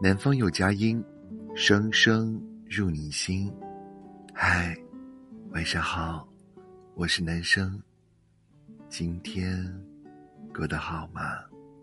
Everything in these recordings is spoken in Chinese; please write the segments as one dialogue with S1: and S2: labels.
S1: 南方有佳音，声声入你心。嗨，晚上好，我是男生。今天过得好吗？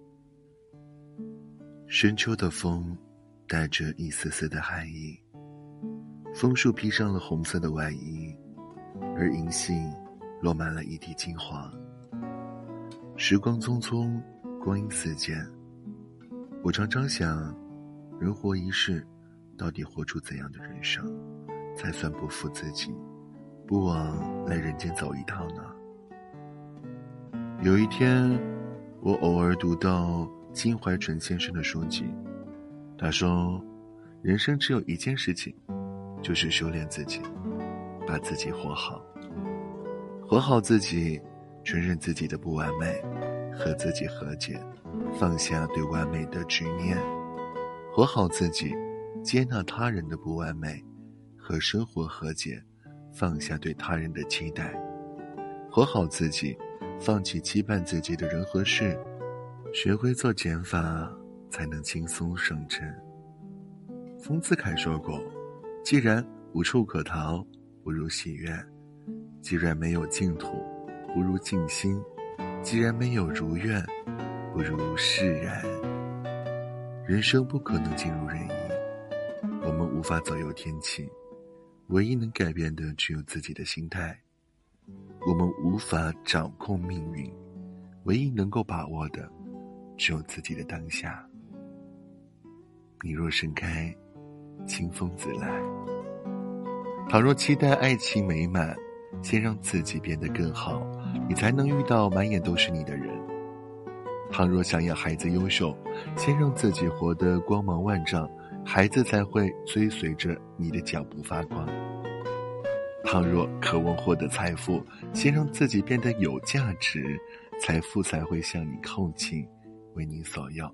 S1: 深秋的风带着一丝丝的寒意，枫树披上了红色的外衣，而银杏落满了一地金黄。时光匆匆，光阴似箭，我常常想，人活一世，到底活出怎样的人生才算不负自己，不枉来人间走一趟呢？有一天，我偶尔读到金怀纯先生的书籍，他说，人生只有一件事情，就是修炼自己，把自己活好。活好自己，承认自己的不完美，和自己和解，放下对完美的执念。活好自己，接纳他人的不完美，和生活和解，放下对他人的期待。活好自己，放弃羁绊自己的人和事，学会做减法，才能轻松胜阵。丰子恺说过，既然无处可逃，不如喜悦；既然没有净土，不如静心；既然没有如愿，不如释然。人生不可能尽如人意，我们无法左右天气，唯一能改变的只有自己的心态。我们无法掌控命运，唯一能够把握的只有自己的当下。你若盛开，清风自来。倘若期待爱情美满，先让自己变得更好，你才能遇到满眼都是你的人。倘若想要孩子优秀，先让自己活得光芒万丈，孩子才会追随着你的脚步发光。倘若渴望获得财富，先让自己变得有价值，财富才会向你靠近，为你所要。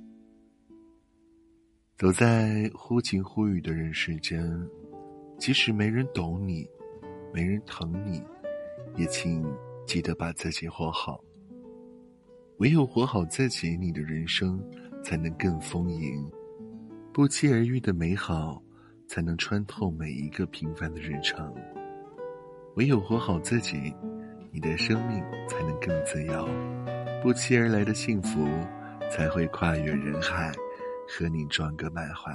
S1: 走在忽晴忽雨的人世间，即使没人懂你，没人疼你，也请记得把自己活好。唯有活好自己，你的人生才能更丰盈。不期而遇的美好，才能穿透每一个平凡的日常。唯有活好自己，你的生命才能更自由。不期而来的幸福，才会跨越人海，和你撞个满怀。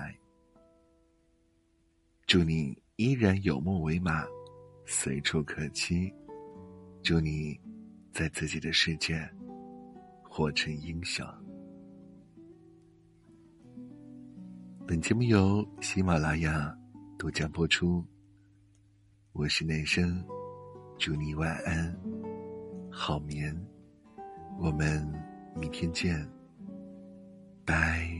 S1: 祝你依然有梦为马，随处可栖。祝你在自己的世界活成英雄。本节目由喜马拉雅独家播出，我是男生，祝你晚安，好眠，我们明天见，拜。